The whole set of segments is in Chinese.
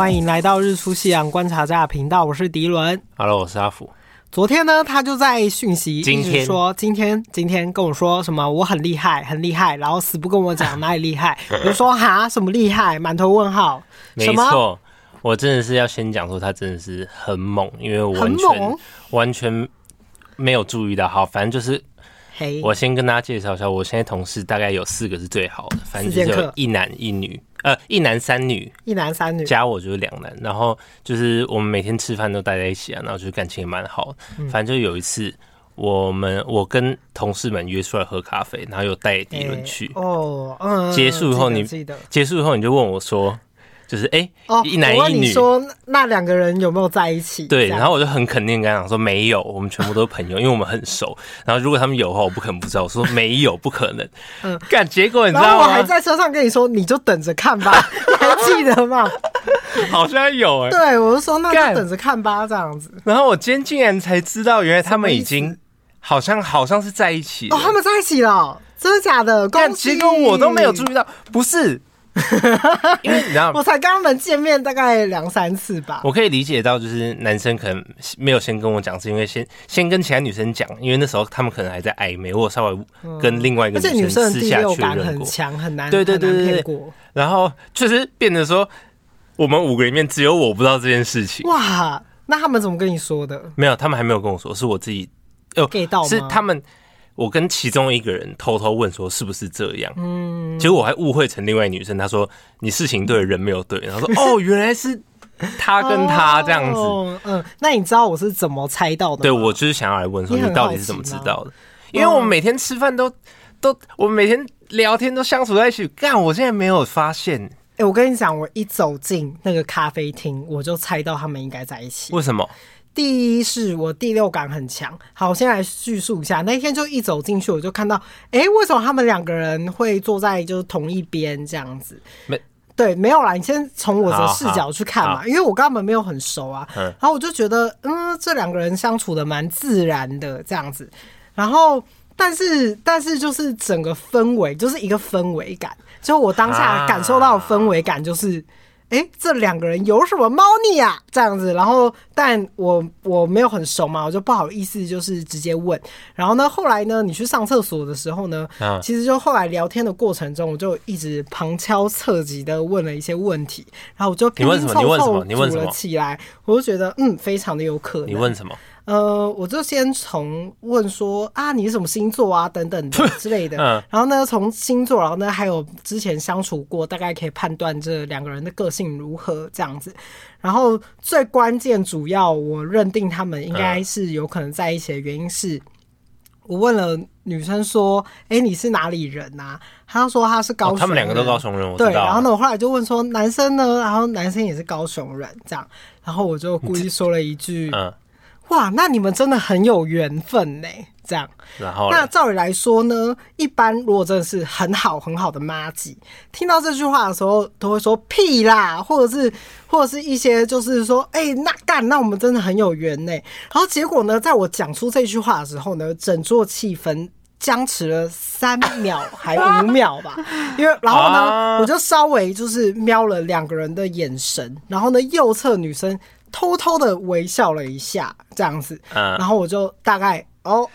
欢迎来到日出夕阳观察家的频道，我是迪伦。 Hello， 我是阿福。 昨天呢，他就在讯息一直说今天跟我说什么我很厉害很厉害，然后死不跟我讲哪里厉害。我就说哈什么厉害，满头问号。 没错，我真的是要先讲说他真的是很猛，因为我完全没有注意到。好，反正就是我先跟大家介绍一下，我现在同事大概有4个是最好的，反正就是有一男一女。一男三女，加我就是2男，然后就是我们每天吃饭都待在一起啊，然后就是感情也蛮好的。反正就有一次，我跟同事们约出来喝咖啡，然后有带迪伦去。结束以后你就问我说，就是一男一女， 我问你说那2个人有没有在一起？ 对，然后我就很肯定跟他讲说没有，我们全部都是朋友，因为我们很熟。然后如果他们有的话，我不可能不知道。我说没有，不可能。结果你知道吗？ 然后我还在车上跟你说，你就等着看吧，你还记得吗？ 好像有对，我就说那就等着看吧，这样子。 然后我今天竟然才知道，原来他们已经好像是在一起了。 他们在一起了，真的假的？恭喜！ 结果我都没有注意到，不是。因为你知道， 我才刚们见面大概2-3次吧。 我可以理解到，就是男生可能没有先跟我讲，是因为先跟其他女生讲，因为那时候他们可能还在暧昧，或稍微跟另外一个女生私下确认过。而且女生的第六感很强，很难骗过。 然后就是变得说，我们5个里面只有我不知道这件事情。 哇，那他们怎么跟你说的？ 没有，他们还没有跟我说，是我自己给到吗？ 是他们。我跟其中一个人偷偷问说是不是这样，结果我还误会成另外一女生，她说你事情对人没有对，然后说原来是他跟他这样子。 那你知道我是怎么猜到的吗？ 对，我就是想要来问说你到底是怎么知道的？因为我们每天吃饭都我们每天聊天都相处在一起，我现在没有发现。 我跟你讲，我一走进那个咖啡厅，我就猜到他们应该在一起。 为什么？ 第一是我第六感很强。好，我先来叙述一下。那一天就一走进去，我就看到，为什么他们2个人会坐在就是同一边这样子？对，没有啦。你先从我的视角去看嘛，因为我跟他们没有很熟啊。然后我就觉得，这2个人相处的蛮自然的这样子。然后，但是就是整个氛围就是一个氛围感，就我当下感受到的氛围感就是。这2个人有什么猫腻啊？这样子，然后但我没有很熟嘛，我就不好意思，就是直接问。然后呢，后来呢，你去上厕所的时候呢，其实就后来聊天的过程中，我就一直旁敲侧击的问了一些问题，然后我就拼拼凑凑组了起来，我就觉得非常的有可能。 你问什么？ 我就先从问说你是什么星座啊等等的之类的，然后呢从星座，然后呢还有之前相处过，大概可以判断这2个人的个性如何这样子。然后最关键主要我认定他们应该是有可能在一起的原因是，我问了女生说你是哪里人啊？她说她是高雄人。他们2个都高雄人，我知道。 对，然后呢我后来就问说男生呢，然后男生也是高雄人这样，然后我就故意说了一句哇，那你们真的很有缘分呢，这样。 然后， 那照理来说呢，一般如果真的是很好很好的麻吉，听到这句话的时候，都会说屁啦，或者是一些就是说，那我们真的很有缘呢。然后结果呢，在我讲出这句话的时候呢，整桌气氛僵持了3秒还5秒吧，因为然后呢，我就稍微就是瞄了2个人的眼神，然后呢，右侧女生偷偷的微笑了一下，这样子，然后我就大概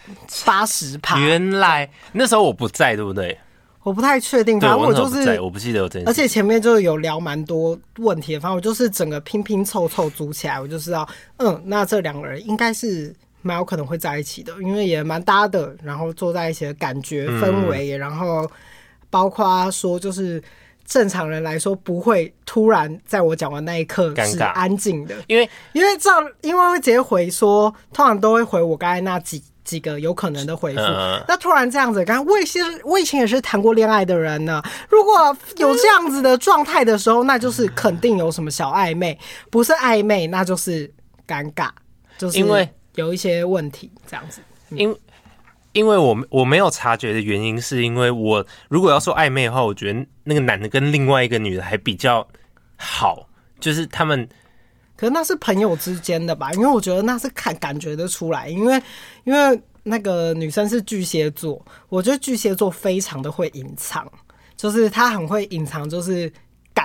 80%。 原来那时候我不在，对不对？ 我不太确定，反正我就是我不记得有这件事。 而且前面就有聊蛮多问题的，反正我就是整个拼拼凑凑组起来，我就知道，那这2个人应该是蛮有可能会在一起的，因为也蛮搭的，然后坐在一起的感觉氛围，然后包括说就是正常人来说不会突然在我讲完那一刻是安静的，因为会直接回说，通常都会回我刚才那几个有可能的回复。那突然这样子，刚我以前也是谈过恋爱的人呢。如果有这样子的状态的时候，那就是肯定有什么小暧昧，不是暧昧那就是尴尬，就是因为有一些问题这样子。 因为我没有察觉的原因，是因为我如果要说暧昧的话，我觉得那个男的跟另外一个女的还比较好，就是他们。 可是那是朋友之间的吧？因为我觉得那是感觉得出来，因为那个女生是巨蟹座，我觉得巨蟹座非常的会隐藏，就是他很会隐藏，就是感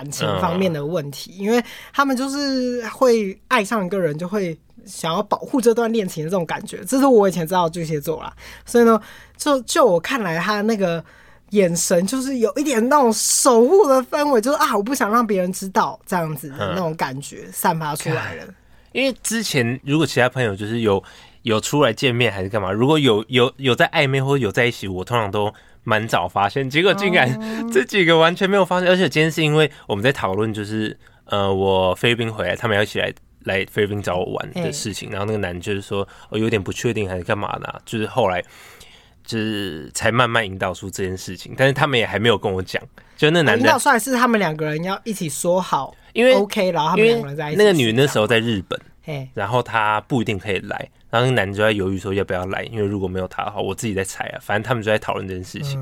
感情方面的问题，因为他们就是会爱上一个人，就会想要保护这段恋情的这种感觉，这是我以前知道的巨蟹座啦。所以呢，就我看来，他那个眼神就是有一点那种守护的氛围，就是我不想让别人知道这样子的那种感觉散发出来了。 因为之前如果其他朋友就是有出来见面还是干嘛，如果有在暧昧或者有在一起，我通常都蛮早发现，结果竟然这几个完全没有发现。而且今天是因为我们在讨论，就是我菲律宾回来，他们要一起来菲律宾找我玩的事情，然后那个男就是说有点不确定还是干嘛的，就是后来就是才慢慢引导出这件事情，但是他们也还没有跟我讲，就那男的引导出来是他们两个人要一起说好， 因为 OK， 然后他们两个人在一起。 那个女那时候在日本，然后她不一定可以来，然后那个男的就在犹豫说要不要来，因为如果没有他的话，我自己在猜反正他们就在讨论这件事情。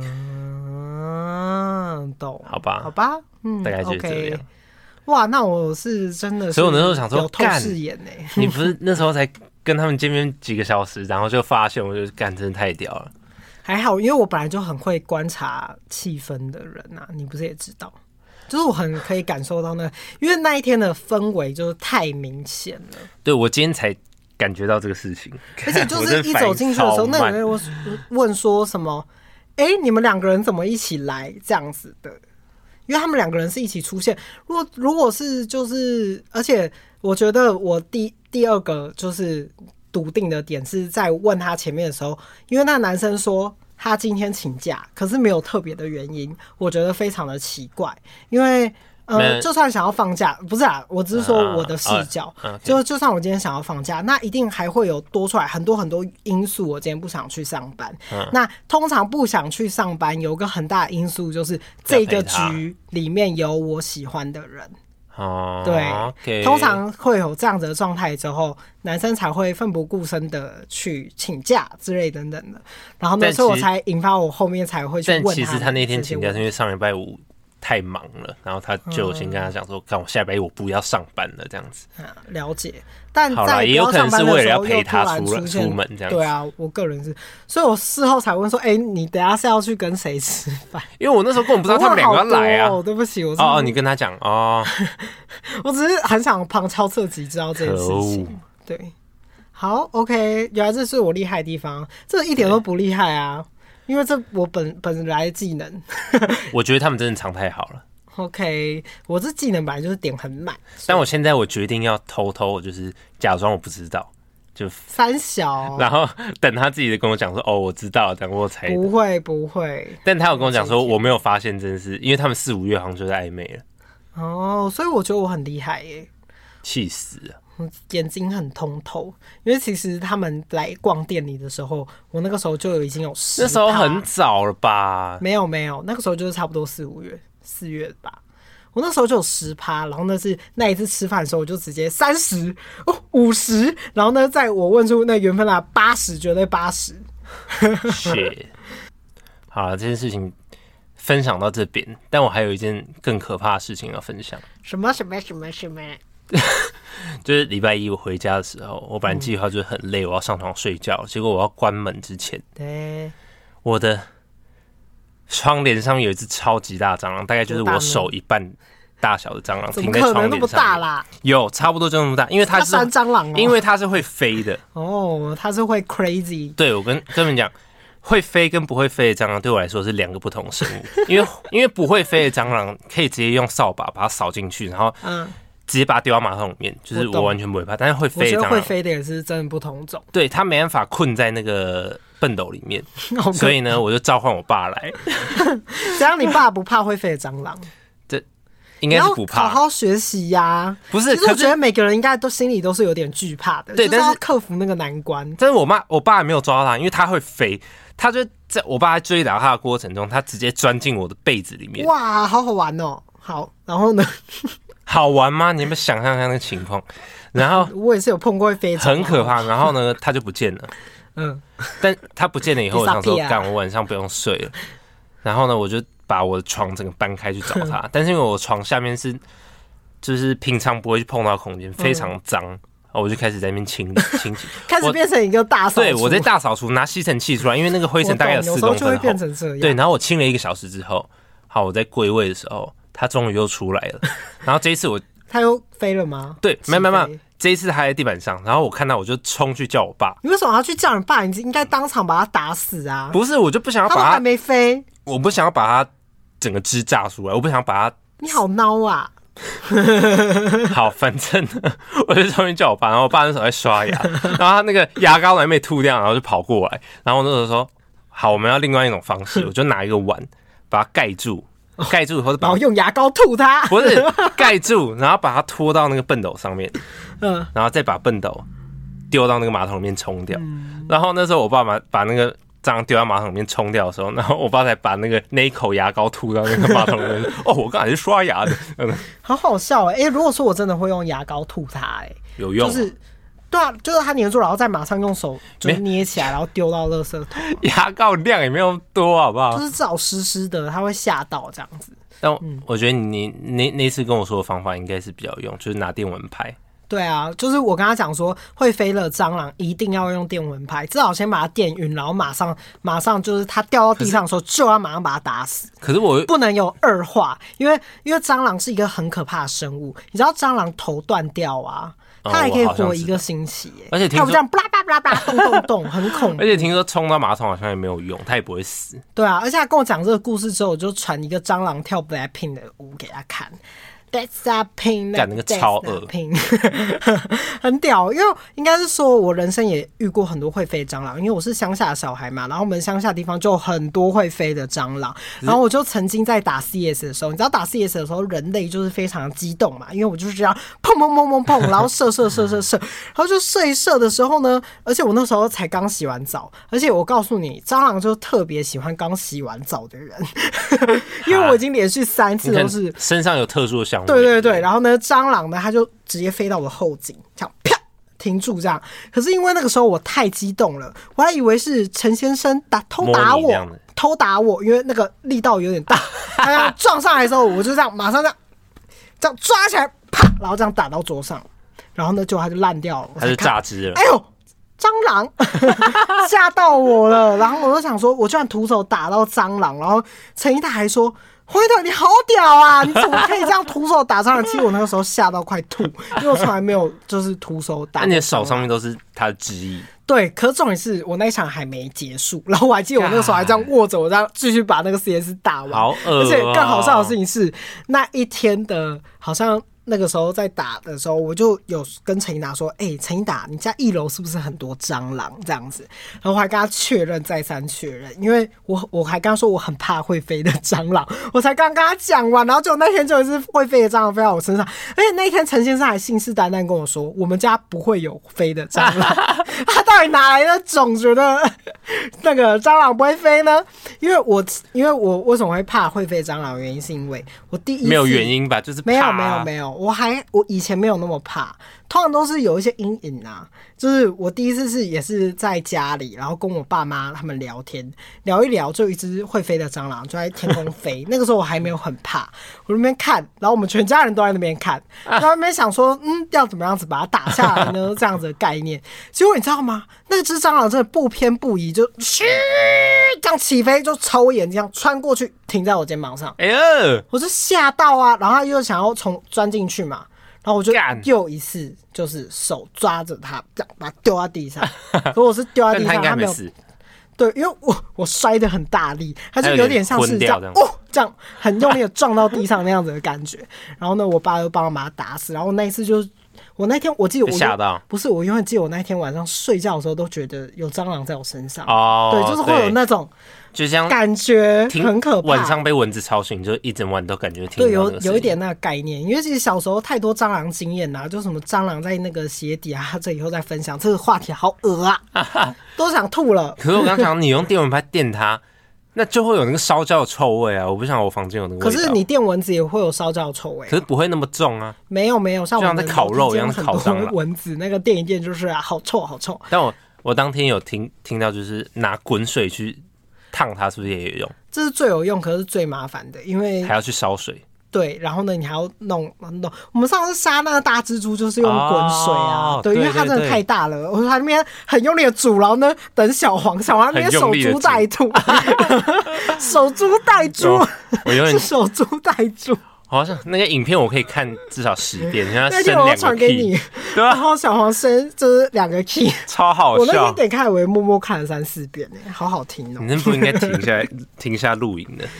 懂， 好吧，大概就是这样。 哇，那我是真的是， 所以我那时候想说， 有透视眼你不是那时候才跟他们见面几个小时，然后就发现，我就真的太屌了。 还好，因为我本来就很会观察气氛的人啊，你不是也知道？就是我很可以感受到因为那一天的氛围就是太明显了。对， 我今天才感觉到这个事情， 而且就是一走进去的时候，那有人问说什么？你们两个人怎么一起来这样子的？因为他们两个人是一起出现。如果是就是，而且我觉得我第二个就是笃定的点是在问他前面的时候，因为那男生说他今天请假，可是没有特别的原因，我觉得非常的奇怪。因为就算想要放假，不是我只是说我的视角，就算我今天想要放假，那一定还会有多出来很多很多因素。我今天不想去上班，那通常不想去上班有个很大的因素就是这个局里面有我喜欢的人。对，通常会有这样子的状态之后，男生才会奋不顾身的去请假之类等等的。然后呢，所以我才引发我后面才会去问他。 但其实他那天请假是因为上礼拜五太忙了，然后他就先跟他讲说，看我下礼拜一我不要上班了这样子。 了解。但在也有可能是为了要陪他出门这样子。 对啊，我个人是，所以我事后才问说，你等一下是要去跟谁吃饭？ 因为我那时候根本不知道他们两个要来啊。 对不起， 你跟他讲哦。 我只是很想旁敲侧击知道这件事情。对，好 ，OK， 原来这是我厉害的地方，这一点都不厉害啊。因为这我本来的技能。 我觉得他们真的藏太好了。 OK， 我这技能本来就是点很满， 但我现在我决定要偷就是假装我不知道，就三小， 然后等他自己的跟我讲说，我知道，等我才不会。 但他有跟我讲说，我没有发现，真的是因为他们4、5月好像就在暧昧了。 所以我觉得我很厉害耶， 气死了。 眼睛很通透，因为其实他们来逛店里的时候，我那个时候就已经有10%， 那时候很早了吧？ 没有，那个时候就是差不多4月吧。我那时候就有10%，然后那一次吃饭的时候，我就直接30、50，然后呢，在我问出那缘分啦，80，绝对80。 好了，这件事情分享到这边，但我还有一件更可怕的事情要分享。 什么？ 就是礼拜一我回家的时候，我本来计划就是很累，我要上床睡觉，结果我要关门之前，我的窗帘上面有一只超级大蟑螂，大概就是我手一半大小的蟑螂，停在窗帘上面。怎么可能那么大啦？有，差不多就那么大，因为它是山蟑螂因为它是会飞的。 它是会 crazy。 对，我跟你们讲，会飞跟不会飞的蟑螂对我来说是2个不同生物，因为不会飞的蟑螂可以直接用扫把把它扫进去，然后直接把它丢到马桶里面，就是我完全不会怕。但是会飞的蟑螂， 我觉得会飞的也是真的不同种。 对，它没办法困在那个畚斗里面，所以呢，我就召唤我爸来。 只要你爸不怕会飞的蟑螂， 这应该是不怕。 好好学习呀。 不是， 其实我觉得每个人应该都心里都是有点惧怕的， 对， 就是要克服那个难关。 但是我爸也没有抓到它，因为它会飞，他就在我爸在追打它的过程中，他直接钻进我的被子里面。 哇，好好玩哦！好，然后呢？ 好玩吗？你有没有想象一下那个情况？然后我也是有碰过会飞， 很可怕。然后呢，它就不见了。但它不见了以后，我想说，干，我晚上不用睡了。然后呢，我就把我的床整个搬开去找它。但是因为我床下面就是平常不会去碰到的空间，非常脏。我就开始在那边清理， 开始变成一个大扫除。 对，我在大扫除，拿吸尘器出来，因为那个灰尘大概有4公分厚。对，然后我清了1个小时之后，好，我在归位的时候， 它终于又出来了。然后这一次它又飞了吗？ 对，没有，这一次它在地板上，然后我看到我就冲去叫我爸。 你为什么要去叫你爸？你应该当场把它打死啊！ 不是，我就不想要把它， 它还没飞， 我不想要把它整个枝炸出来，我不想要把它。 你好孬啊！ 好，反正我就终于叫我爸，然后我爸那时候在刷牙，然后他那个牙膏还没吐掉，然后就跑过来，然后我那时候说好，我们要另外一种方式，我就拿一个碗把它盖住以后， 然后用牙膏吐它， 不是盖住，然后把它拖到那个畚斗上面，然后再把畚斗丢到那个马桶里面冲掉，然后那时候我爸把那个蟑螂丢到马桶里面冲掉的时候，然后我爸才把那一口牙膏吐到那个马桶里面。哦，我刚才是刷牙的， 好好笑哎！如果说我真的会用牙膏吐它， 有用， 就是对啊，就是它粘住，然后再马上用手就捏起来，然后丢到垃圾桶。 牙膏量也没有多，好不好？ 就是至少湿湿的，它会吓到这样子。 但我觉得你那次跟我说的方法应该是比较有用，就是拿电蚊拍。 对啊，就是我跟他讲说，会飞的蟑螂一定要用电蚊拍，至少先把它电晕，然后马上就是它掉到地上的时候，就要马上把它打死。 可是我不能有二话，因为蟑螂是一个很可怕的生物。你知道蟑螂头断掉啊，它还可以活1个星期耶， 而且它不这样巴拉巴拉巴拉动动动，很恐怖。 而且听说冲到马桶好像也没有用，它也不会死。 对啊，而且他跟我讲这个故事之后，我就传一个蟑螂跳 Blackpink 的舞给他看。That's a pin， 干那个超恶， 很屌。因为应该是说，我人生也遇过很多会飞蟑螂，因为我是乡下的小孩嘛，然后我们乡下地方就有很多会飞的蟑螂。然后我就曾经在打 CS 的时候，你知道打 CS 的时候，人类就是非常激动嘛，因为我就是这样砰砰砰砰砰，然后射，然后就射一射的时候呢，而且我那时候才刚洗完澡，而且我告诉你，蟑螂就特别喜欢刚洗完澡的人，因为我已经连续3次都是身上有特殊的香味。 对，然后呢，蟑螂呢，它就直接飞到我的后颈，这样啪停住这样。可是因为那个时候我太激动了，我还以为是陈先生偷打我，因为那个力道有点大，他撞上来的时候，我就这样马上这样抓起来，啪，然后这样打到桌上，然后呢，结果它就烂掉了， 它就榨汁了。 哎呦！蟑螂吓到我了，然后我就想说，我居然徒手打到蟑螂，然后陈一达还说：“辉特，你好屌啊！你怎么可以这样徒手打蟑螂？”其实我那个时候吓到快吐，因为我从来没有就是徒手打。 那你的手上面都是他的汁液。 对，可是重点是我那一场还没结束，然后我还记得我那个时候还这样握着，我这样继续把那个 CS 打完。 好恶，而且更好笑的事情是，那一天的好像。那个时候在打的时候，我就有跟陈一达说：“陈一达，你家1楼是不是很多蟑螂这样子？”然后我还跟他再三确认，因为我还跟他说我很怕会飞的蟑螂，我才刚跟他讲完，然后就那天就有一只会飞的蟑螂飞到我身上，而且那一天陈先生还信誓旦旦跟我说，我们家不会有飞的蟑螂。他到底哪来的种觉得那个蟑螂不会飞呢？因为我为什么会怕会飞蟑螂的原因，是因为我第一次没有原因吧，就是怕没有。我以前没有那么怕，通常都是有一些阴影啊。就是我第一次也是在家里，然后跟我爸妈他们聊天，聊一聊，就有一只会飞的蟑螂就在天空飞。那个时候我还没有很怕，我在那边看，然后我们全家人都在那边看，然后那边想说，要怎么样子把它打下来呢？这样子的概念。结果你知道吗？那只蟑螂真的不偏不倚，就嘘这样起飞，就朝我眼睛这样穿过去，停在我肩膀上。 哎呀， 我就吓到啊！然后他又想要钻进去嘛。然后我就又一次就是手抓着它，这样把它丢在地上。可我是丢在地上，他没有。对，因为我摔得很大力，它就有点像是这样这样很用力的撞到地上那样子的感觉。然后呢，我爸又帮我把它打死。然后那一次就我那天我记得我吓到， 不是我永远记得我那天晚上睡觉的时候都觉得有蟑螂在我身上。 对， 就是会有那种。 就像感觉很可怕， 晚上被蚊子吵醒，就一整晚都感觉听到对，有一点那个概念。因为其实小时候太多蟑螂经验啦，就什么蟑螂在那个鞋底啊，这以后再分享。这个话题好恶啊，都想吐了。 可是我刚讲，你用电蚊拍电它，那就会有那个烧焦的臭味啊！我不想我房间有那个味道。 可是你电蚊子也会有烧焦的臭味， 可是不会那么重啊。 没有，像我们在烤肉一样烤蟑螂。 蚊子那个电一电就是好臭。 但我当天有听到，就是拿滚水去烫它，是不是也有用？ 这是最有用，可是最麻烦的，因为还要去烧水。 对，然后呢，你还要弄。我们上次杀那个大蜘蛛就是用滚水啊，对，因为它真的太大了，我说它那边很用力的煮，然后呢，等小黄那边守株待兔，守株待猪， 我永远是守株待猪。 好像那个影片我可以看至少10遍，像那天我传给你， 对然后小黄升就是2个 key， 超好笑。 我那天点开我也默默看了3-4遍好好听哦。 你那不应该停下录影的。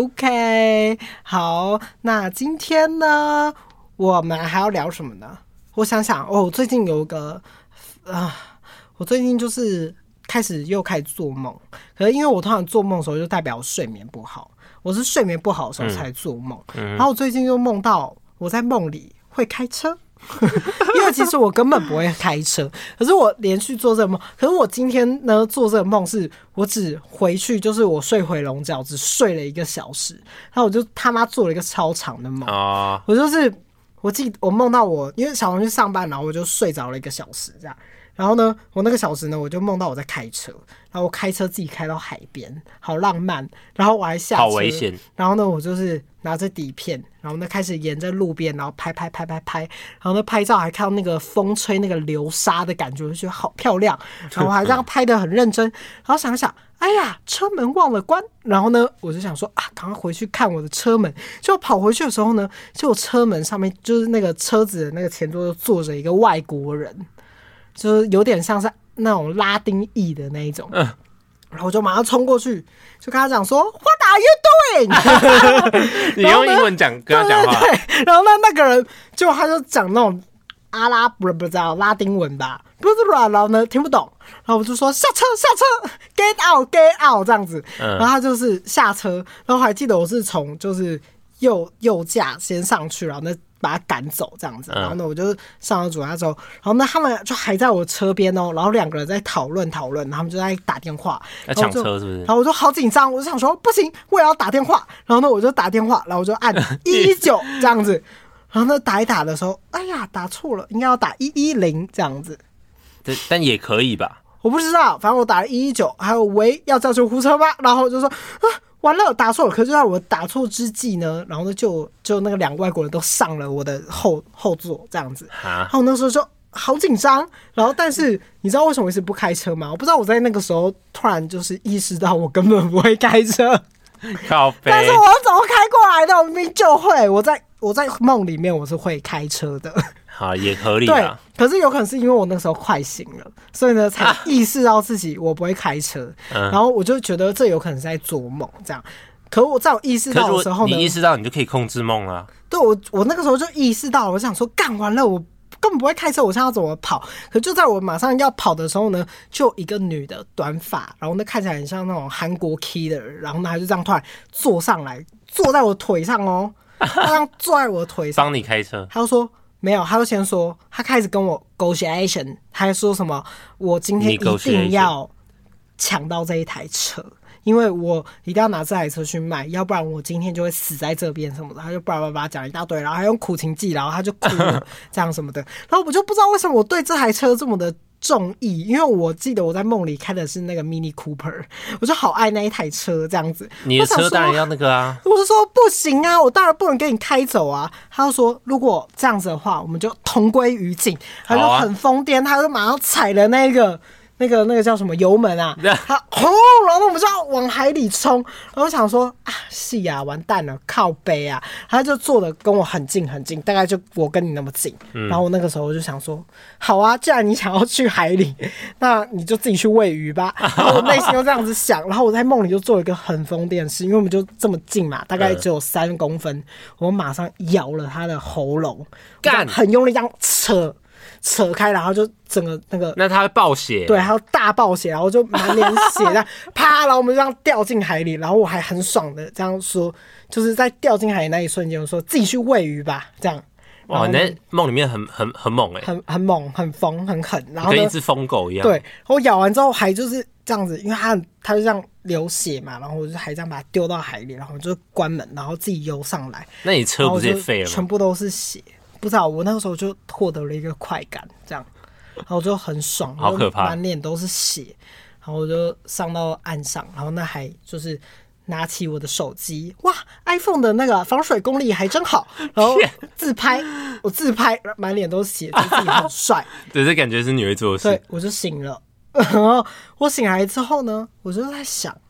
OK， 好，那今天呢，我们还要聊什么呢？我想想我最近有一个我最近就是开始做梦，可是因为我通常做梦的时候就代表我睡眠不好，我是睡眠不好的时候才做梦，然后我最近就梦到我在梦里会开车。因为其实我根本不会开车，可是我连续做这个梦。可是我今天呢做这个梦，是我只回去，就是我睡回笼觉，只睡了1个小时，然后我就他妈做了一个超长的梦。我记得我梦到因为小黄去上班，然后我就睡着了1个小时这样。然后呢，我那个小时呢，我就梦到我在开车，然后我开车自己开到海边，好浪漫。然后我还下车， 好危险。 然后呢，我就是拿着底片，然后呢开始沿着路边，然后拍，然后呢拍照还看到那个风吹那个流沙的感觉，我就觉得好漂亮。然后我还这样拍得很认真，然后想想，哎呀，车门忘了关。然后呢，我就想说赶快回去看我的车门。就跑回去的时候呢，就我车门上面就是那个车子的那个前座就坐着一个外国人。就是有点像是那种拉丁裔的那一种，然后我就马上冲过去，就跟他讲说 "What are you doing？" 你用英文跟他讲话， 对，然后那个人他就讲那种不知道拉丁文吧，不是，然后呢听不懂，然后我就说下车 ，get out 这样子，然后他就是下车，然后还记得我是从就是右驾先上去，然后呢把他赶走这样子，然后呢我就上了主驾之后，然后呢他们就还在我车边然后2个人在讨论，他们就在打电话， 要抢车是不是？ 然后我就好紧张，我就想说不行，我也要打电话，然后呢我就打电话，然后我就按119这样子，然后呢打一打的时候，哎呀打错了，应该要打110这样子， 但也可以吧？ 我不知道，反正我打了119，还有喂要叫救护车吗？然后我就说完了，打错了。可是就在我打错之际呢，然后呢就那个2个外国人都上了我的后座这样子，然后那时候就好紧张。然后但是你知道为什么我一直不开车吗？我不知道我在那个时候突然就是意识到我根本不会开车，但是我怎么开过来的？我明明就会，我在梦里面我是会开车的。 好，也合理啦。 对，可是有可能是因为我那时候快醒了，所以呢才意识到自己我不会开车，然后我就觉得这有可能是在做梦这样。可我在我意识到的时候呢， 你意识到你就可以控制梦了。 对，我那个时候就意识到了，我想说干完了，我根本不会开车，我现在要怎么跑？可就在我马上要跑的时候呢，就有一个女的短发，然后呢看起来很像那种韩国 killer， 然后呢她就这样突然坐上来，坐在我腿上哦，她这样坐在我的腿上， 帮你开车。 她就说。没有，他就先说，他开始跟我 negotiation， 他还说什么，我今天一定要抢到这一台车，因为我一定要拿这台车去卖，要不然我今天就会死在这边什么的，他就巴拉巴拉讲一大堆，然后还用苦情计，然后他就哭了这样什么的，然后我就不知道为什么我对这台车这么的中意，因为我记得我在梦里开的是那个 Mini Cooper， 我就好爱那一台车这样子。 你的车当然要那个啊！ 我就说不行啊，我当然不能给你开走啊。他就说如果这样子的话，我们就同归于尽。他就很疯癫，他就马上踩了那个叫什么油门啊，他然后我们就要往海里冲，然后我想说是啊，完蛋了，靠北啊，他就坐的跟我很近很近，大概就我跟你那么近，然后我那个时候就想说，好啊，既然你想要去海里，那你就自己去喂鱼吧。然后我内心就这样子想，然后我在梦里就做一个很疯癫的事，因为我们就这么近嘛，大概只有3公分，我马上咬了他的喉咙，很用力这样扯开，然后就整个那他会爆血， 对，还有大爆血，然后就满脸血这样啪，然后我们就这样掉进海里，然后我还很爽的这样说，就是在掉进海里那一瞬间，我说自己去喂鱼吧，这样。 哇，你在梦里面很猛很猛，很疯，很狠，然后跟一只疯狗一样。 对，我咬完之后还就是这样子，因为他就这样流血嘛，然后我就还这样把它丢到海里，然后就关门，然后自己游上来。 那你车不是也废了吗？ 全部都是血。不知道，我那个时候就获得了一个快感，这样，然后我就很爽， 好可怕， 满脸都是血，然后我就上到岸上，然后那还就是拿起我的手机，哇 ，iPhone 的那个防水功力还真好，然后自拍，我自拍满脸都是血，觉得自己很帅， 对，这感觉是你会做的事。 对，我就醒了，然后我醒来之后呢，我就在想，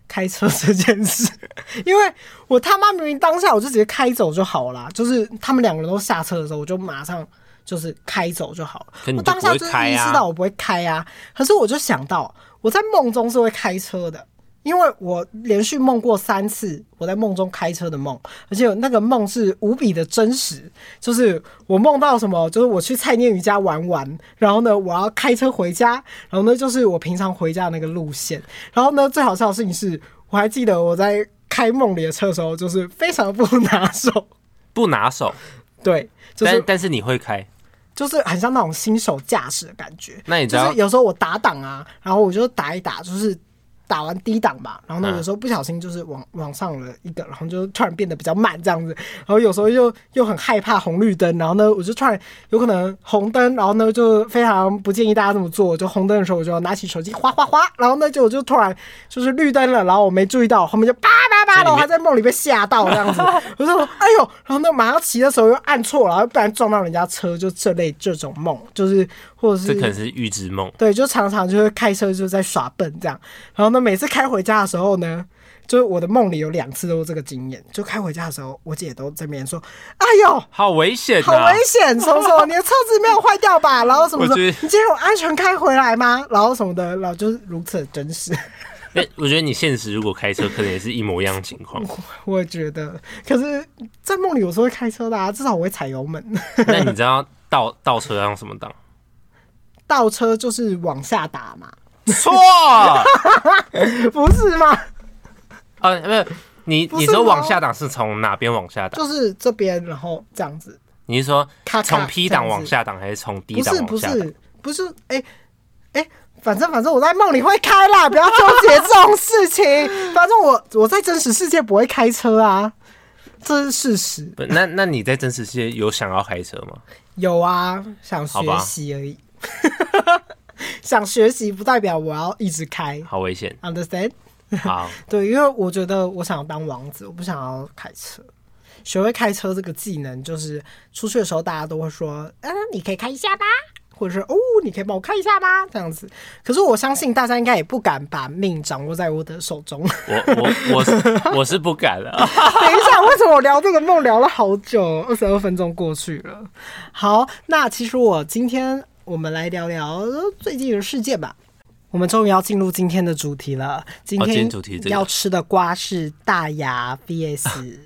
开车这件事，因为我他妈明明当下我就直接开走就好了，就是他们两个人都下车的时候，我就马上就是开走就好了。我当下就是意识到我不会开啊，可是我就想到我在梦中是会开车的。因为我连续梦过3次我在梦中开车的梦，而且那个梦是无比的真实，就是我梦到什么，就是我去蔡念瑜家玩，然后呢我要开车回家，然后呢就是我平常回家的那个路线，然后呢最好笑的事情是我还记得我在开梦里的车的时候就是非常不拿手，对，就是但是你会开， 就是很像那种新手驾驶的感觉。 那你知道就是有时候我打档啊，然后我就打一打，就是打完低档吧，然后呢，有时候不小心就是往上了一个，然后就突然变得比较慢这样子，然后有时候又很害怕红绿灯，然后呢，我就突然有可能红灯，然后呢就非常不建议大家这么做，就红灯的时候我就拿起手机哗哗哗，然后呢就我就突然就是绿灯了，然后我没注意到，后面就啪啪啪，然后还在梦里被吓到这样子，我就说哎呦，然后呢马上骑的时候又按错了，然后不然撞到人家车，就这种梦，就是或者是这可能是预知梦， 对，就常常就是开车就在耍笨这样，然后呢每次开回家的时候呢，就是我的梦里有2次都是这个经验，就开回家的时候，我姐都在那边说：“哎呦， 好危险、啊， 好危险！什么什么，你的车子没有坏掉吧？然后什么什么，你今天有安全开回来吗？然后什么的，然后就是如此的真实。 我觉得你现实如果开车，可能也是一模一样的情况。 我也觉得，可是，在梦里有时候会开车的啊，至少我会踩油门。 那你知道倒车要用什么档？ 倒车就是往下打嘛。 错， 不是吗？ 没有，你说往下档是从哪边往下档？ 就是这边，然后这样子。 你是说从 P 档往下档，还是从 D 档往下档？ 不是，反正我在梦里会开啦，不要纠结这种事情。反正我在真实世界不会开车啊，这是事实。 那你在真实世界有想要开车吗？ 有啊，想学习而已。想学习不代表我要一直开， 好危险。 Understand？ 好， 对，因为我觉得我想要当王子，我不想要开车。学会开车这个技能，就是出去的时候大家都会说，你可以开一下吧，或者是你可以帮我开一下吧，这样子。可是我相信大家应该也不敢把命掌握在我的手中。 我是不敢了。 等一下，为什么我聊这个梦聊了好久？22分钟过去了。好，那其实今天我们来聊聊最近的事件吧。我们终于要进入今天的主题了。今天要吃的瓜是大牙 VS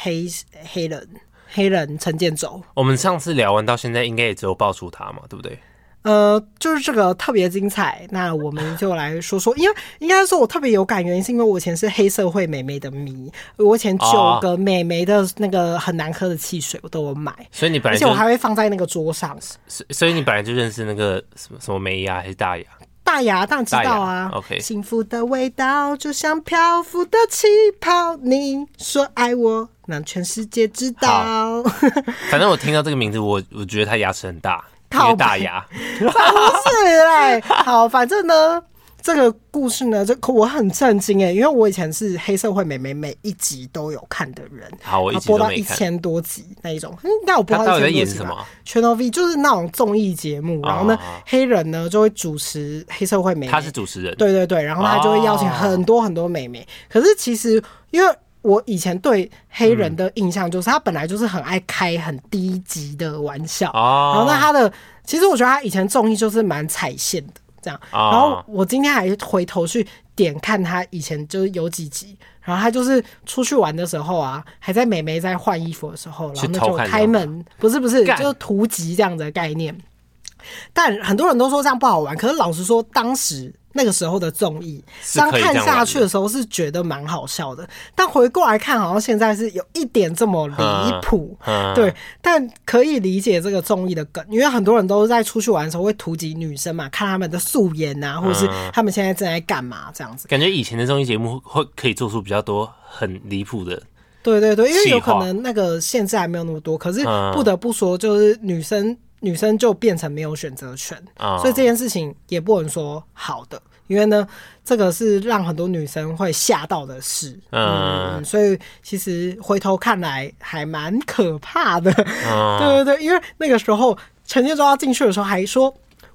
黑人陈建州。 我们上次聊完到现在，应该也只有爆出他嘛，对不对？ 就是这个特别精彩，那我们就来说说，因为应该说我特别有感，原因是因为我以前是黑社会美眉的迷，我以前9个美眉的那个很难喝的汽水我都有买， 所以你本来而且我还会放在那个桌上， 所以你本来就认识那个什么梅牙还是大牙？ 大牙当然知道啊。 OK， 幸福的味道就像漂浮的气泡，你说爱我，让全世界知道。 反正我听到这个名字，我觉得他牙齿很大。因为大牙不是好，反正呢，这个故事呢，我很震惊因为我以前是黑社会美眉每一集都有看的人。 好，我一集都没看。 播到1000多集那一种，应该有播到1000多集吧。他到底在演什么？Channel V 就是那种综艺节目，然后呢，黑人呢就会主持黑社会美眉， 他是主持人， 对，然后他就会邀请很多很多美眉。可是其实因为我以前对黑人的印象就是他本来就是很爱开很低级的玩笑，然后那其实我觉得他以前综艺就是蛮踩线的这样，然后我今天还回头去点看他以前就是有几集，然后他就是出去玩的时候啊，还在美眉在换衣服的时候，然后那就开门，不是就是突击这样的概念。但很多人都说这样不好玩，可是老实说当时那个时候的综艺这样看下去的时候是觉得蛮好笑的，但回过来看好像现在是有一点这么离谱，对，但可以理解这个综艺的梗，因为很多人都在出去玩的时候会突击女生嘛，看他们的素颜啊，或者是他们现在正在干嘛这样子。 感觉以前的综艺节目可以做出比较多很离谱的， 对，因为有可能那个现在还没有那么多，可是不得不说就是女生就变成没有选择权，所以这件事情也不能说好的，因为呢，这个是让很多女生会吓到的事，所以其实回头看来还蛮可怕的，对，因为那个时候陈建州要进去的时候还说，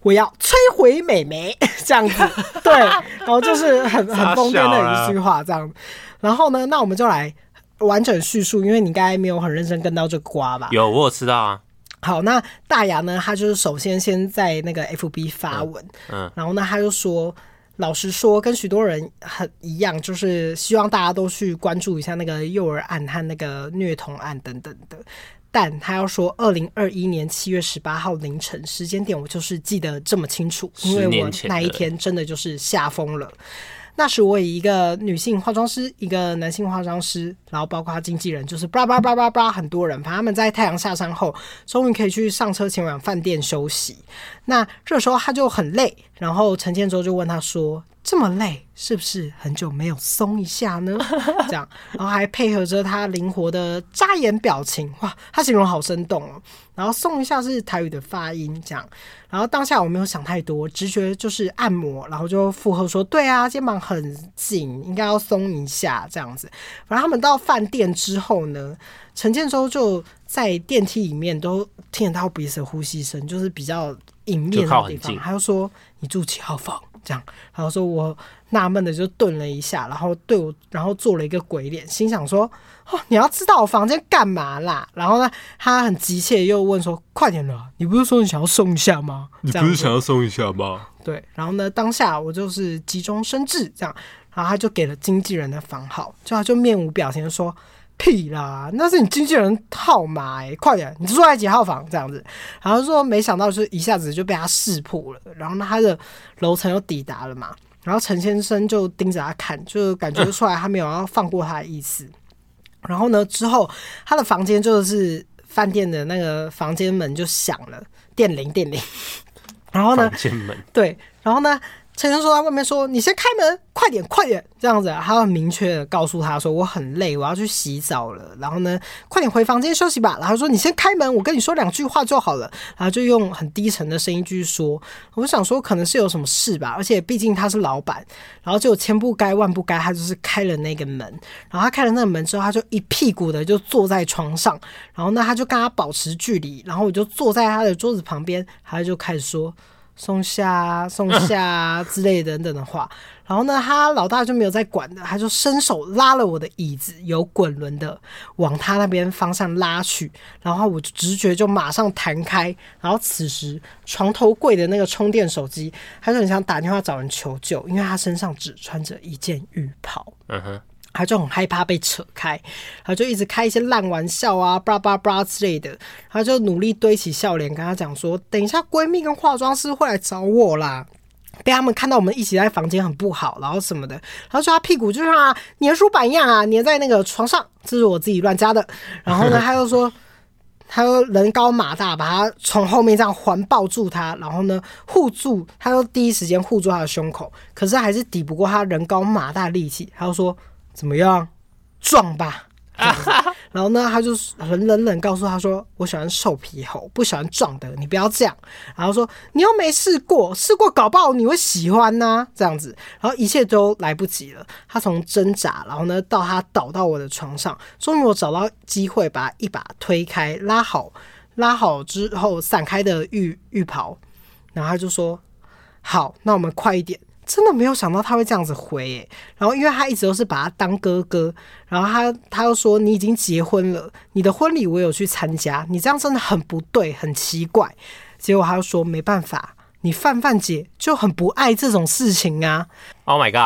我要摧毁美眉这样子，对，然后就是很疯癫的一句话这样。然后呢，那我们就来完整叙述，因为你应该没有很认真跟到这个瓜吧？ 有，我有吃到啊。 好，那大牙呢，他就是首先在那个 FB 发文，然后呢，他就说，老实说，跟许多人很一样，就是希望大家都去关注一下那个幼儿案和那个虐童案等等的。但他要说2021年7月18号凌晨时间点，我就是记得这么清楚，因为我那一天真的就是吓疯了。那时我以一个女性化妆师，一个男性化妆师，然后包括他经纪人，就是叭叭叭叭叭很多人，反正他们在太阳下山后，终于可以去上车前往饭店休息。那这时候他就很累，然后陈建州就问他说：“这么累，是不是很久没有松一下呢？”这样，然后还配合着他灵活的眨眼表情，哇，他形容好生动哦。然后松一下是台语的发音，这样。然后当下我没有想太多，直觉就是按摩，然后就附和说：“对啊，肩膀很紧，应该要松一下。”这样子。反正他们到饭店之后呢，陈建州就在电梯里面都听得到彼此的呼吸声，就是比较隐秘的地方。他就说：“你住几号房？”这样，然后说我纳闷的就顿了一下，然后对我，然后做了一个鬼脸，心想说：“哦，你要知道我房间干嘛啦？”然后呢，他很急切又问说：“快点了，你不是说你想要松一下吗？ 你不是想要松一下吗？” 对，然后呢，当下我就是急中生智，这样，然后他就给了经纪人的房号，就他就面无表情的说：“屁啦，那是你经纪人号码快点，你住在几号房？”这样子，然后说没想到就是一下子就被他识破了，然后呢，他的楼层又抵达了嘛，然后陈先生就盯着他看，就感觉出来他没有要放过他的意思。然后呢，之后他的房间就是饭店的那个房间门就响了，电铃，然后呢， 房间门对，然后呢，陈先生说在外面说：“你先开门，快点，这样子。”他很明确的告诉他说：“我很累，我要去洗澡了。然后呢，快点回房间休息吧。”然后说：“你先开门，我跟你说2句话就好了。”然后就用很低沉的声音继续说。我就想说，可能是有什么事吧，而且毕竟他是老板。然后就千不该万不该，他就是开了那个门。然后他开了那个门之后，他就一屁股的就坐在床上。然后呢，他就跟他保持距离。然后我就坐在他的桌子旁边，他就开始说：“松下之类的等等的话。”然后呢，他老大就没有再管的，他就伸手拉了我的椅子，有滚轮的往他那边方向拉去，然后我直觉就马上弹开。然后此时床头柜的那个充电手机，他就很想打电话找人求救，因为他身上只穿着一件浴袍。他就很害怕被扯开，他就一直开一些烂玩笑啊，巴拉巴拉之类的。他就努力堆起笑脸，跟他讲说：“等一下，闺蜜跟化妆师会来找我啦。”被他们看到我们一起在房间很不好，然后什么的，然后说他屁股就像粘鼠板一样啊，粘在那个床上，这是我自己乱加的。然后呢，他又说，他又人高马大，把他从后面这样环抱住他，然后呢护住，他又第一时间护住他的胸口，可是还是抵不过他人高马大的力气。他就说：“怎么样，壮吧？”然后呢，他就很冷告诉他说：“我喜欢瘦皮猴，不喜欢壮的，你不要这样。”然后说：“你又没试过，搞不好你会喜欢啊。”这样子，然后一切都来不及了。他从挣扎，然后呢到他倒到我的床上，终于我找到机会把他一把推开，拉好之后散开的浴袍，然后他就说：“好，那我们快一点。”真的没有想到他会这样子回耶，然后因为他一直都是把他当哥哥，然后他又说：“你已经结婚了，你的婚礼我有去参加，你这样真的很不对，很奇怪。”结果他又说：“没办法，你范姐就很不爱这种事情啊。” Oh my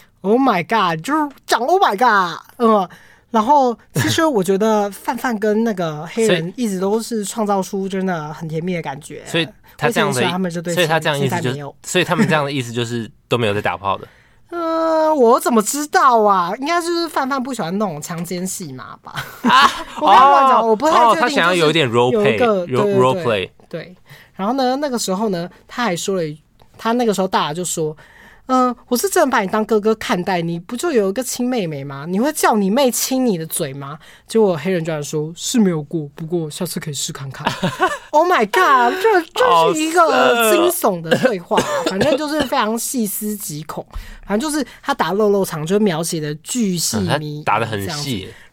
god， 就是讲 Oh my god，然后其实我觉得范跟那个黑人一直都是创造出真的很甜蜜的感觉， 所以他这样的，所以他这样意思就是，所以他们这样的意思就是都没有在打炮的。 我怎么知道啊？应该就是范不喜欢那种强奸戏码吧？我刚乱讲，我不太确定。 他想要有一点 role play， 对。然后呢，那个时候呢，他还说了他那个时候大家就说：“我是真的把你当哥哥看待，你不就有一个亲妹妹吗？你会叫你妹亲你的嘴吗？”结果黑人居然说：“是没有过，不过下次可以试看看。”Oh my god， 这是一个惊悚的对话，反正就是非常细思极恐。反正就是他打漏长，就描写的巨细靡， 打得很细。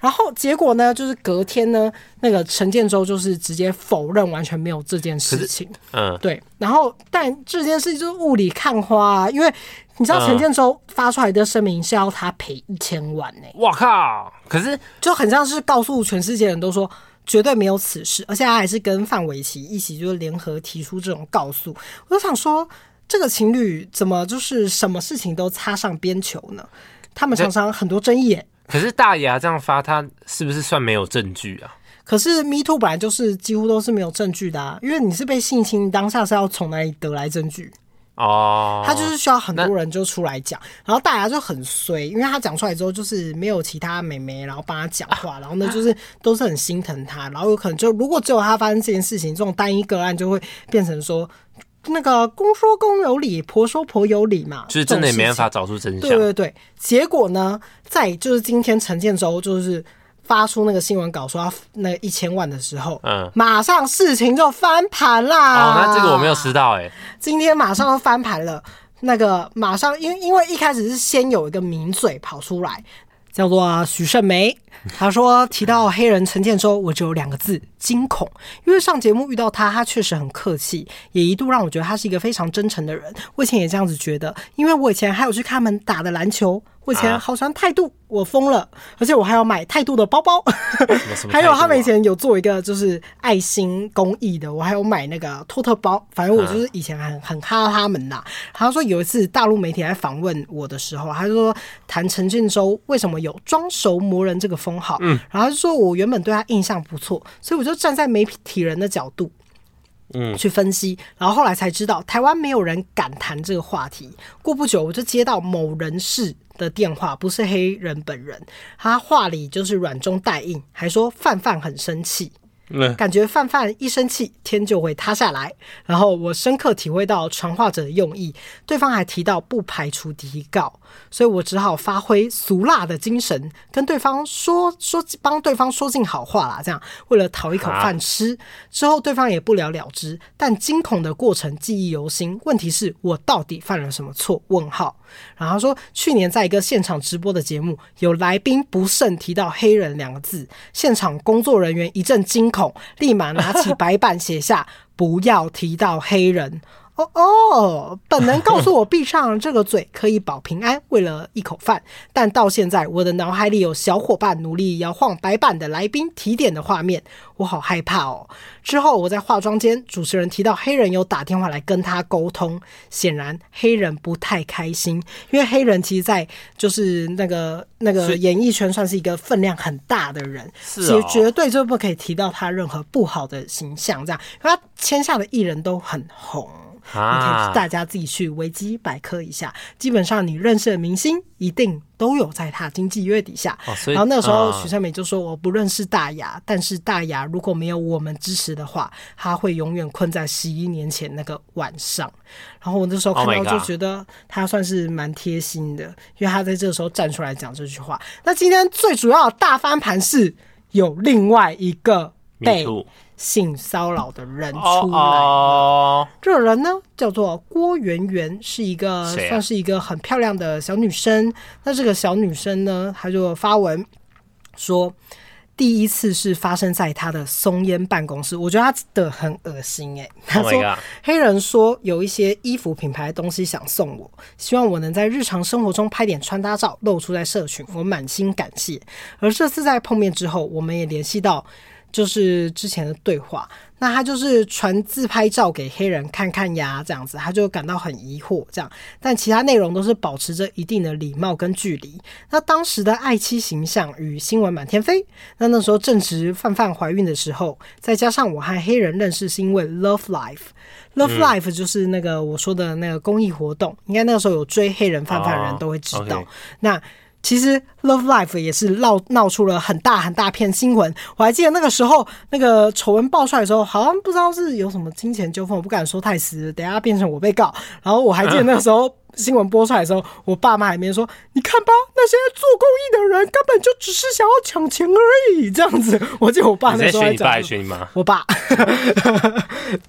然后结果呢，就是隔天呢，那个陈建州就是直接否认，完全没有这件事情。对。然后，但这件事就是雾里看花啊，因为你知道陈建州发出来的声明是要他赔1000万呢。 哇靠！可是就很像是告诉全世界人都说绝对没有此事，而且他还是跟范玮琪一起就是联合提出这种告诉。我就想说，这个情侣怎么就是什么事情都擦上边球呢？他们常常很多争议耶。 可是大牙这样发，他是不是算没有证据啊？ 可是 Me Too 本来就是几乎都是没有证据的啊，因为你是被性侵，你当下是要从哪里得来证据？他就是需要很多人就出来讲，然后大牙就很衰，因为他讲出来之后就是没有其他妹妹然后帮他讲话，然后呢就是都是很心疼他，然后有可能就如果只有他发生这件事情，这种单一个案就会变成说那个公说公有理，婆说婆有理嘛， 就是真的也没办法找出真相。 对对对，结果呢，在就是今天陈建州就是发出那个新闻稿说要那1000万的时候，马上事情就翻盘啦。 那这个我没有知道今天马上就翻盘了。那个马上因为一开始是先有一个名嘴跑出来，叫做许胜梅，他说提到黑人陈建州，我只有2个字：惊恐。因为上节目遇到他确实很客气，也一度让我觉得他是一个非常真诚的人。我以前也这样子觉得，因为我以前还有去看他们打的篮球。我以前好喜欢态度，我疯了，而且我还要买态度的包包。还有他们以前有做一个就是爱心公益的，我还有买那个托特包。反正我就是以前很哈他们啦。他说有一次大陆媒体来访问我的时候，他就说谈陈建州为什么有装熟魔人这个封号，然后他就说我原本对他印象不错，所以我就站在媒体人的角度去分析，然后后来才知道台湾没有人敢谈这个话题。过不久我就接到某人士的电话，不是黑人本人，他话里就是软中带硬，还说范范很生气，感觉范范一生气天就会塌下来。然后我深刻体会到传话者的用意，对方还提到不排除提告，所以我只好发挥俗辣的精神，跟对方说帮对方说尽好话啦，这样为了讨一口饭吃。之后对方也不了了之，但惊恐的过程记忆犹新。问题是我到底犯了什么错？问号。然后他说去年在一个现场直播的节目，有来宾不慎提到黑人2个字，现场工作人员一阵惊恐，立马拿起白板写下不要提到黑人。本能告诉我闭上这个嘴可以保平安，为了一口饭。但到现在我的脑海里有小伙伴努力摇晃白板的来宾提点的画面，我好害怕哦。之后我在化妆间，主持人提到黑人有打电话来跟他沟通，显然黑人不太开心，因为黑人其实在就是那个演艺圈算是一个分量很大的人，也绝对就不可以提到他任何不好的形象，这样，因为他签下的艺人都很红。你可以大家自己去维基百科一下，基本上你认识的明星一定都有在他经纪约底下。然后那个时候许胜美就说我不认识大牙，但是大牙如果没有我们支持的话，他会永远困在11年前那个晚上。然后我那时候看到就觉得他算是蛮贴心的，因为他在这个时候站出来讲这句话。那今天最主要的大翻盘是有另外一个被性骚扰的人出来了。这个人呢叫做郭圆圆，是一个算是一个很漂亮的小女生。那这个小女生呢，她就发文说第一次是发生在她的松烟办公室，我觉得她的很恶心她说黑人说有一些衣服品牌的东西想送我，希望我能在日常生活中拍点穿搭照露出在社群，我满心感谢。而这次在碰面之后，我们也联系到就是之前的对话，那他就是传自拍照给黑人看看呀，这样子，他就感到很疑惑这样，但其他内容都是保持着一定的礼貌跟距离。那当时的爱妻形象与新闻满天飞，那时候正值范范怀孕的时候，再加上我和黑人认识是因为 Love Life Life 就是那个我说的那个公益活动，应该那个时候有追黑人范范的人都会知道。那其实 Love Life 也是闹出了很大很大片新闻。我还记得那个时候那个丑闻爆出来的时候，好像不知道是有什么金钱纠纷，我不敢说太死，等一下变成我被告。然后我还记得那个时候新闻播出来的时候，我爸妈还没说你看吧，那些做公益的人根本就只是想要抢钱而已，这样子。我记得我爸那时候在讲， 你在学你爸还是学你妈？ 我爸对，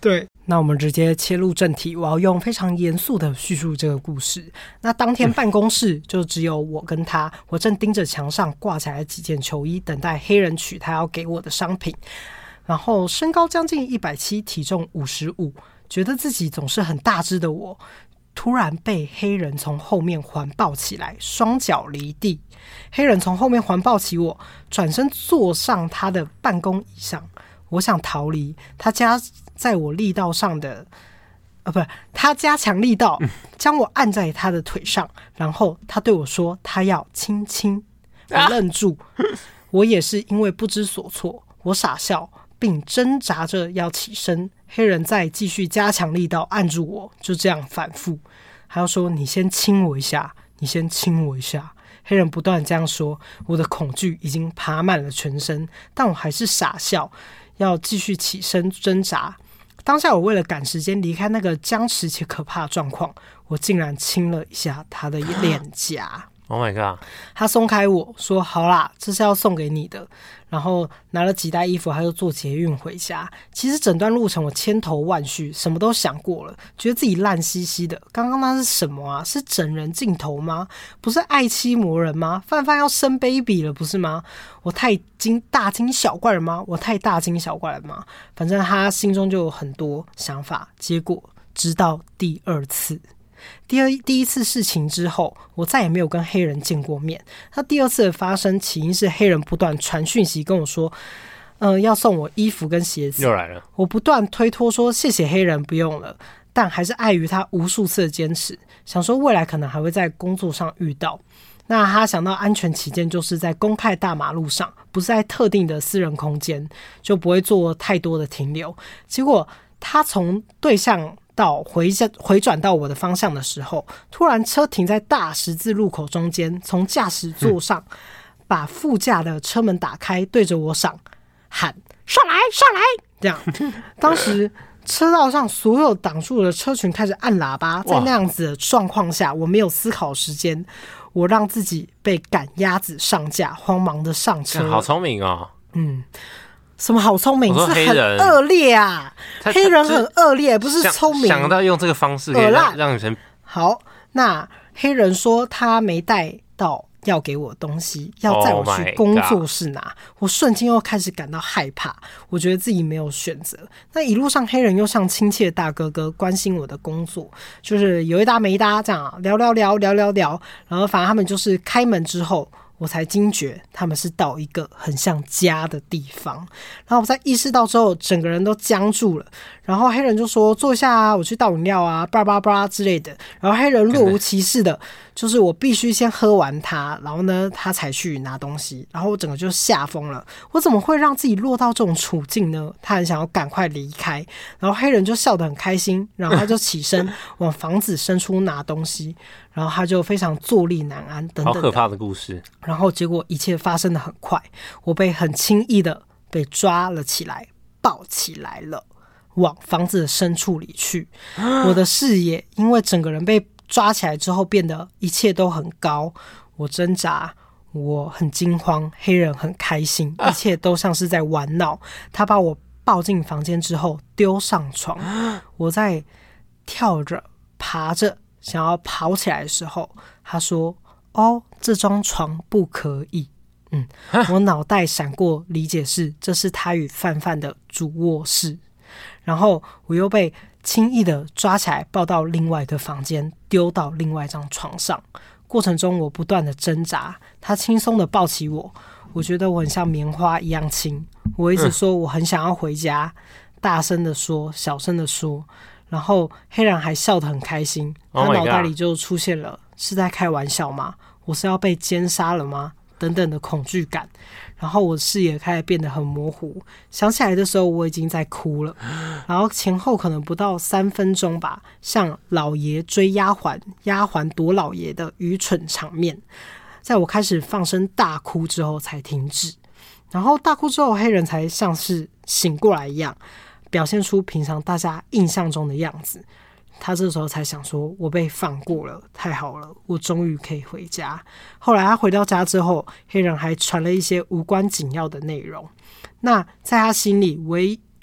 那我们直接切入正题，我要用非常严肃的叙述这个故事。那当天办公室就只有我跟他，我正盯着墙上挂起来几件球衣，等待黑人取他要给我的商品。然后身高将近170，体重55，觉得自己总是很大只的我，突然被黑人从后面环抱起来，双脚离地。黑人从后面环抱起我，转身坐上他的办公椅上。我想逃离，他加在我力道上的，他加强力道，将我按在他的腿上，然后他对我说他要亲亲。我愣住，我也是因为不知所措，我傻笑并挣扎着要起身。黑人再继续加强力道按住我，就这样反复，还要说你先亲我一下，你先亲我一下。黑人不断这样说，我的恐惧已经爬满了全身，但我还是傻笑，要继续起身挣扎。当下我为了赶时间离开那个僵持且可怕的状况，我竟然亲了一下他的脸颊。 Oh my god！ 他松开我说：“好啦，这是要送给你的。”然后拿了几袋衣服，他就坐捷运回家。其实整段路程我千头万绪，什么都想过了，觉得自己烂兮兮的。刚刚那是什么啊？是整人镜头吗？不是爱妻魔人吗？范范要生 baby 了，不是吗？我太大惊小怪了吗？我太大惊小怪了吗？反正他心中就有很多想法。结果直到第二次。第一次事情之后，我再也没有跟黑人见过面。他第二次的发生起因是黑人不断传讯息跟我说，要送我衣服跟鞋子。 又来了， 我不断推脱说谢谢黑人，不用了，但还是碍于他无数次的坚持，想说未来可能还会在工作上遇到。那他想到安全起见，就是在公开大马路上，不是在特定的私人空间，就不会做太多的停留。结果他从对向到回转到我的方向的时候，突然车停在大十字路口中间，从驾驶座上把副驾的车门打开，对着我喊上来上来，这样。当时车道上所有挡住的车群开始按喇叭，在那样子的状况下，我没有思考时间，我让自己被赶鸭子上架，慌忙的上车。 好聪明哦。 什么好聪明？是很恶劣啊！黑人很恶劣，不是聪明。 想到用这个方式可以让女生好。那黑人说他没带到要给我的东西，要载我去工作室拿。我瞬间又开始感到害怕，我觉得自己没有选择。那一路上，黑人又像亲切的大哥哥，关心我的工作，就是有一搭没一搭这样聊，然后反正他们就是开门之后，我才惊觉他们是到一个很像家的地方。然后我在意识到之后，整个人都僵住了。然后黑人就说坐下啊，我去倒饮料啊，巴拉巴拉之类的。然后黑人若无其事的，就是我必须先喝完它，然后呢他才去拿东西。然后我整个就吓疯了，我怎么会让自己落到这种处境呢？他很想要赶快离开。然后黑人就笑得很开心，然后他就起身往房子深处拿东西。然后他就非常坐立难安等等的， 好可怕的故事。 然后结果一切发生的很快，我被很轻易的被抓了起来，抱起来了，往房子的深处里去。我的视野因为整个人被抓起来之后变得一切都很高，我挣扎，我很惊慌，黑人很开心，一切都像是在玩闹。他把我抱进房间之后丢上床，我在跳着爬着想要跑起来的时候，他说：“哦，这张床不可以。”我脑袋闪过理解是这是他与范范的主卧室，然后我又被轻易的抓起来抱到另外一个房间，丢到另外一张床上。过程中我不断的挣扎，他轻松的抱起我，我觉得我很像棉花一样轻。我一直说我很想要回家，大声的说，小声的说。然后黑人还笑得很开心，他脑袋里就出现了是在开玩笑吗？我是要被奸杀了吗？等等的恐惧感。然后我视野开始变得很模糊，想起来的时候我已经在哭了。然后前后可能不到3分钟吧，像老爷追丫鬟，丫鬟躲老爷的愚蠢场面，在我开始放声大哭之后才停止。然后大哭之后，黑人才像是醒过来一样，表现出平常大家印象中的样子。他这时候才想说，我被放过了，太好了，我终于可以回家。后来他回到家之后，黑人还传了一些无关紧要的内容。那在他心里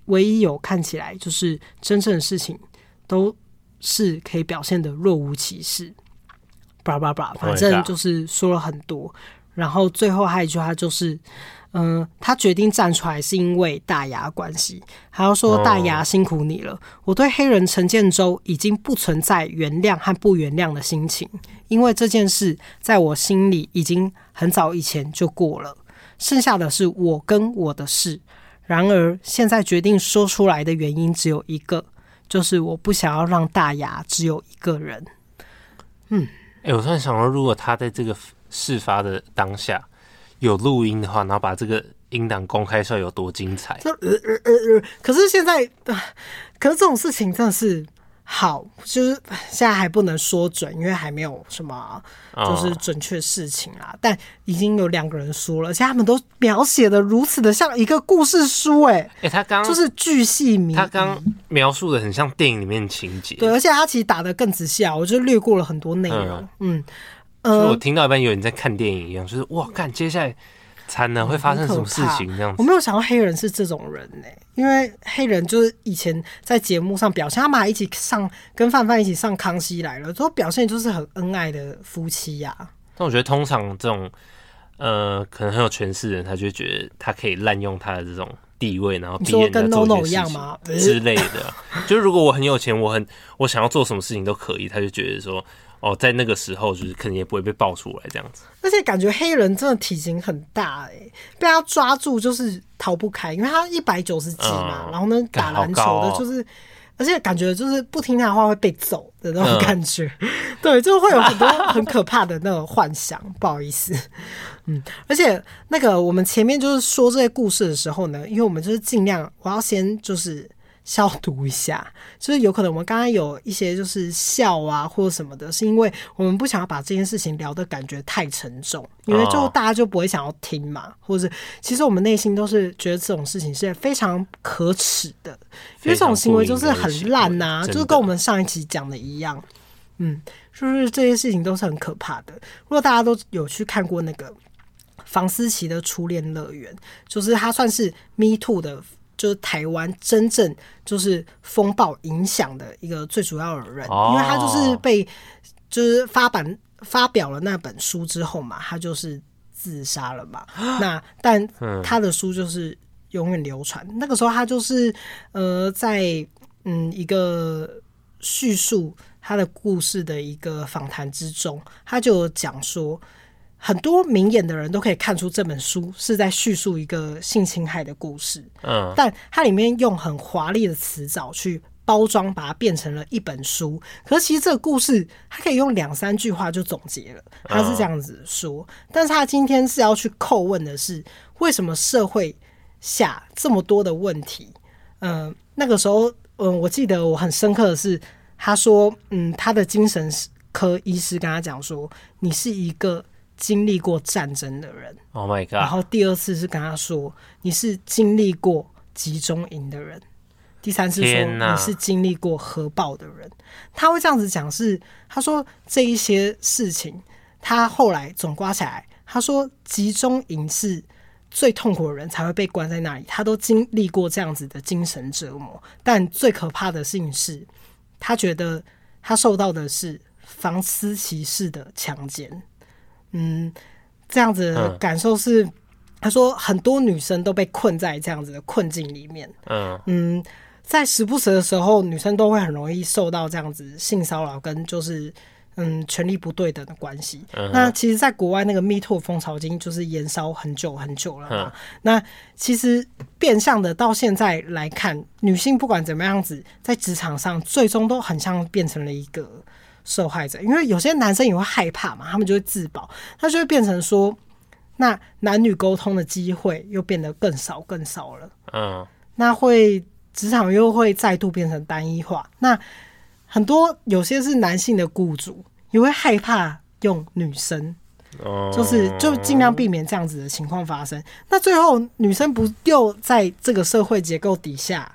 唯一有看起来就是真正的事情都是可以表现得若无其事，反正就是说了很多。然后最后还有一句话就是，他决定站出来是因为大牙关系，还要说大牙辛苦你了。我对黑人陈建州已经不存在原谅和不原谅的心情，因为这件事在我心里已经很早以前就过了，剩下的是我跟我的事。然而现在决定说出来的原因只有一个，就是我不想要让大牙只有一个人。 我突然想到，如果他在这个事发的当下有录音的话，然后把这个音档公开出来有多精彩。 可是现在可是这种事情真的是好，就是现在还不能说准，因为还没有什么就是准确事情啦。但已经有2个人说了，而且他们都描写的如此的像一个故事书。 他刚就是巨细靡遗， 他刚描述的很像电影里面的情节。 对，而且他其实打得更仔细啊，我就略过了很多内容。 所以我听到一半有人在看电影一样，就是哇，看接下来惨了会发生什么事情这样子。 我没有想到黑人是这种人因为黑人就是以前在节目上表现，他们还一起上跟范范一起上《康熙来了》，都表现就是很恩爱的夫妻呀。 但我觉得通常这种可能很有权势的人，他就会觉得他可以滥用他的这种地位，然后逼人家做一些事情一样吗之类的。就是如果我很有钱，我想要做什么事情都可以，他就觉得说。在那个时候就是可能也不会被爆出来这样子， 而且感觉黑人真的体型很大被他抓住就是逃不开，因为他190几嘛，然后呢打篮球的就是，而且感觉就是不听他的话会被揍的那种感觉，对，就会有很多很可怕的那种幻想，不好意思，而且那个我们前面就是说这些故事的时候呢，因为我们就是尽量，我要先就是消毒一下，就是有可能我们刚刚有一些就是笑啊或者什么的，是因为我们不想要把这件事情聊的感觉太沉重，因为就大家就不会想要听嘛，或者其实我们内心都是觉得这种事情是非常可耻的，因为这种行为就是很烂啊，就是跟我们上一期讲的一样，就是这些事情都是很可怕的。如果大家都有去看过那个房思琪的初恋乐园，就是他算是 Me Too 的。就是台湾真正就是风暴影响的一个最主要的人，因为他就是被就是发表了那本书之后嘛，他就是自杀了嘛。但他的书就是永远流传。那个时候他就是在一个叙述他的故事的一个访谈之中，他就讲说。很多明眼的人都可以看出这本书是在叙述一个性侵害的故事，但它里面用很华丽的词藻去包装，把它变成了一本书。可是其实这个故事，它可以用2-3句话就总结了，他是这样子说。但是他今天是要去叩问的是，为什么社会下这么多的问题？那个时候，我记得我很深刻的是，他说，他的精神科医师跟他讲说，你是一个。经历过战争的人 ，Oh my god！ 然后第2次是跟他说你是经历过集中营的人，第3次说你是经历过核爆的人。他会这样子讲是，他说这一些事情，他后来总刮起来，他说集中营是最痛苦的人才会被关在那里，他都经历过这样子的精神折磨。但最可怕的事情是，他觉得他受到的是房思琪式的强奸。这样子的感受是，他说很多女生都被困在这样子的困境里面。在时不时的时候，女生都会很容易受到这样子性骚扰跟就是权力不对等的关系。那其实，在国外那个 Me Too 风潮已经就是延烧很久很久了嘛。那其实变相的到现在来看，女性不管怎么样子，在职场上最终都很像变成了一个。受害者，因为有些男生也会害怕嘛，他们就会自保，他就会变成说，那男女沟通的机会又变得更少更少了。那会职场又会再度变成单一化。那很多有些是男性的雇主也会害怕用女生，就尽量避免这样子的情况发生。那最后女生不又在这个社会结构底下，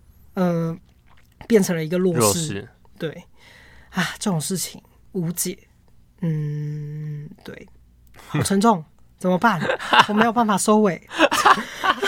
变成了一个弱势，对。这种事情无解，对，好沉重，怎么办？我没有办法收尾。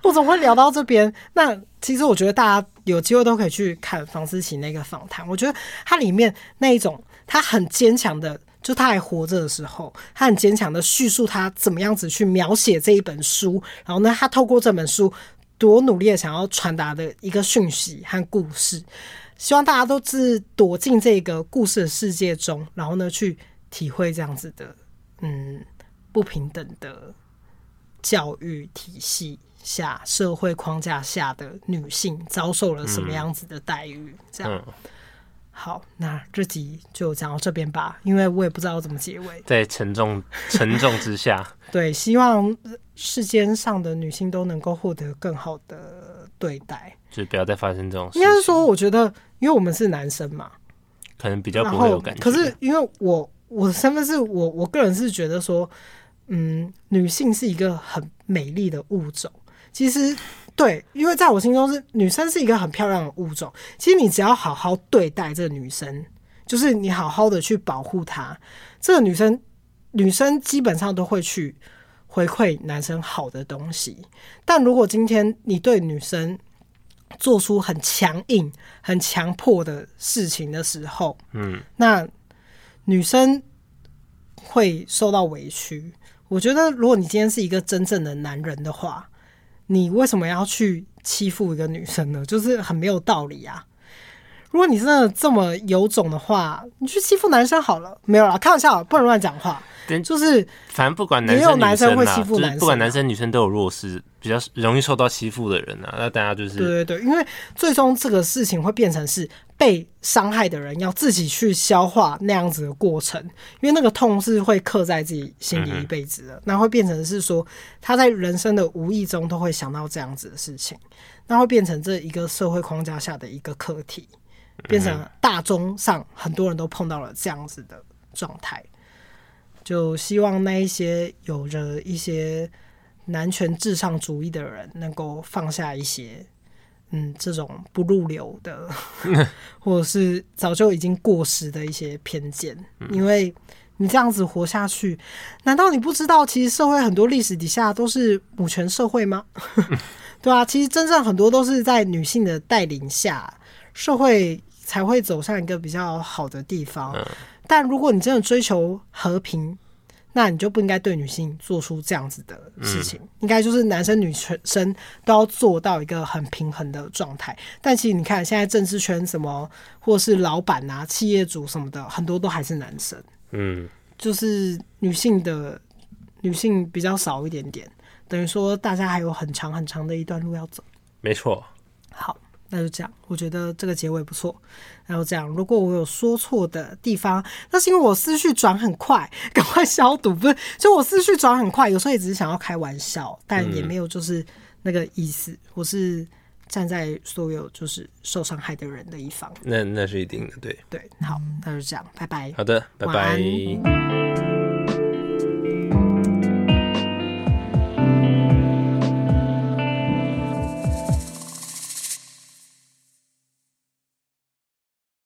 我怎么会聊到这边？那其实我觉得大家有机会都可以去看房思琪那个访谈，我觉得他里面那一种他很坚强的，就他还活着的时候，他很坚强的叙述他怎么样子去描写这一本书，然后呢，他透过这本书多努力的想要传达的一个讯息和故事，希望大家都是躲进这个故事的世界中，然后呢去体会这样子的不平等的教育体系下、社会框架下的女性遭受了什么样子的待遇？这样。好，那这集就讲到这边吧，因为我也不知道怎么结尾。 在沉重之下， 对，希望世间上的女性都能够获得更好的对待， 就是不要再发生这种事情。 应该是说，我觉得，因为我们是男生嘛， 可能比较不会有感觉。 可是因为我的身份是我个人是觉得说，女性是一个很美丽的物种。其实对，因为在我心中是女生是一个很漂亮的物种。其实你只要好好对待这个女生，就是你好好的去保护她，这个女生基本上都会去回馈男生好的东西。但如果今天你对女生做出很强硬、很强迫的事情的时候，那女生会受到委屈。我觉得，如果你今天是一个真正的男人的话，你为什么要去欺负一个女生呢？就是很没有道理啊！如果你真的这么有种的话，你去欺负男生好了。没有啦，开玩笑，不能乱讲话。就是反正不管男生女生啦， 生会欺负男生， 不管男生女生都有弱势，比较容易受到欺负的人啊。那大家就是对，因为最终这个事情会变成是被伤害的人要自己去消化那样子的过程，因为那个痛是会刻在自己心里一辈子的。那会变成是说他在人生的无意中都会想到这样子的事情，那会变成这一个社会框架下的一个课题，变成大众上很多人都碰到了这样子的状态。就希望那一些有着一些男权至上主义的人能够放下一些这种不入流的或者是早就已经过时的一些偏见，因为你这样子活下去，难道你不知道其实社会很多历史底下都是母权社会吗？对啊，其实真正很多都是在女性的带领下，社会才会走向一个比较好的地方。但如果你真的追求和平，那你就不应该对女性做出这样子的事情，应该就是男生女生都要做到一个很平衡的状态。但其实你看现在政治圈什么或是老板啊、企业主什么的，很多都还是男生，就是女性比较少一点点，等于说大家还有很长很长的一段路要走。 没错。 好，那就这样，我觉得这个结尾不错。然后这样，如果我有说错的地方，那是因为我思绪转很快，赶快消毒。不是，就我思绪转很快，有时候也只是想要开玩笑，但也没有就是那个意思。我是站在所有就是受伤害的人的一方。 那是一定的，对。 好，那就这样，拜拜。 好的，拜拜。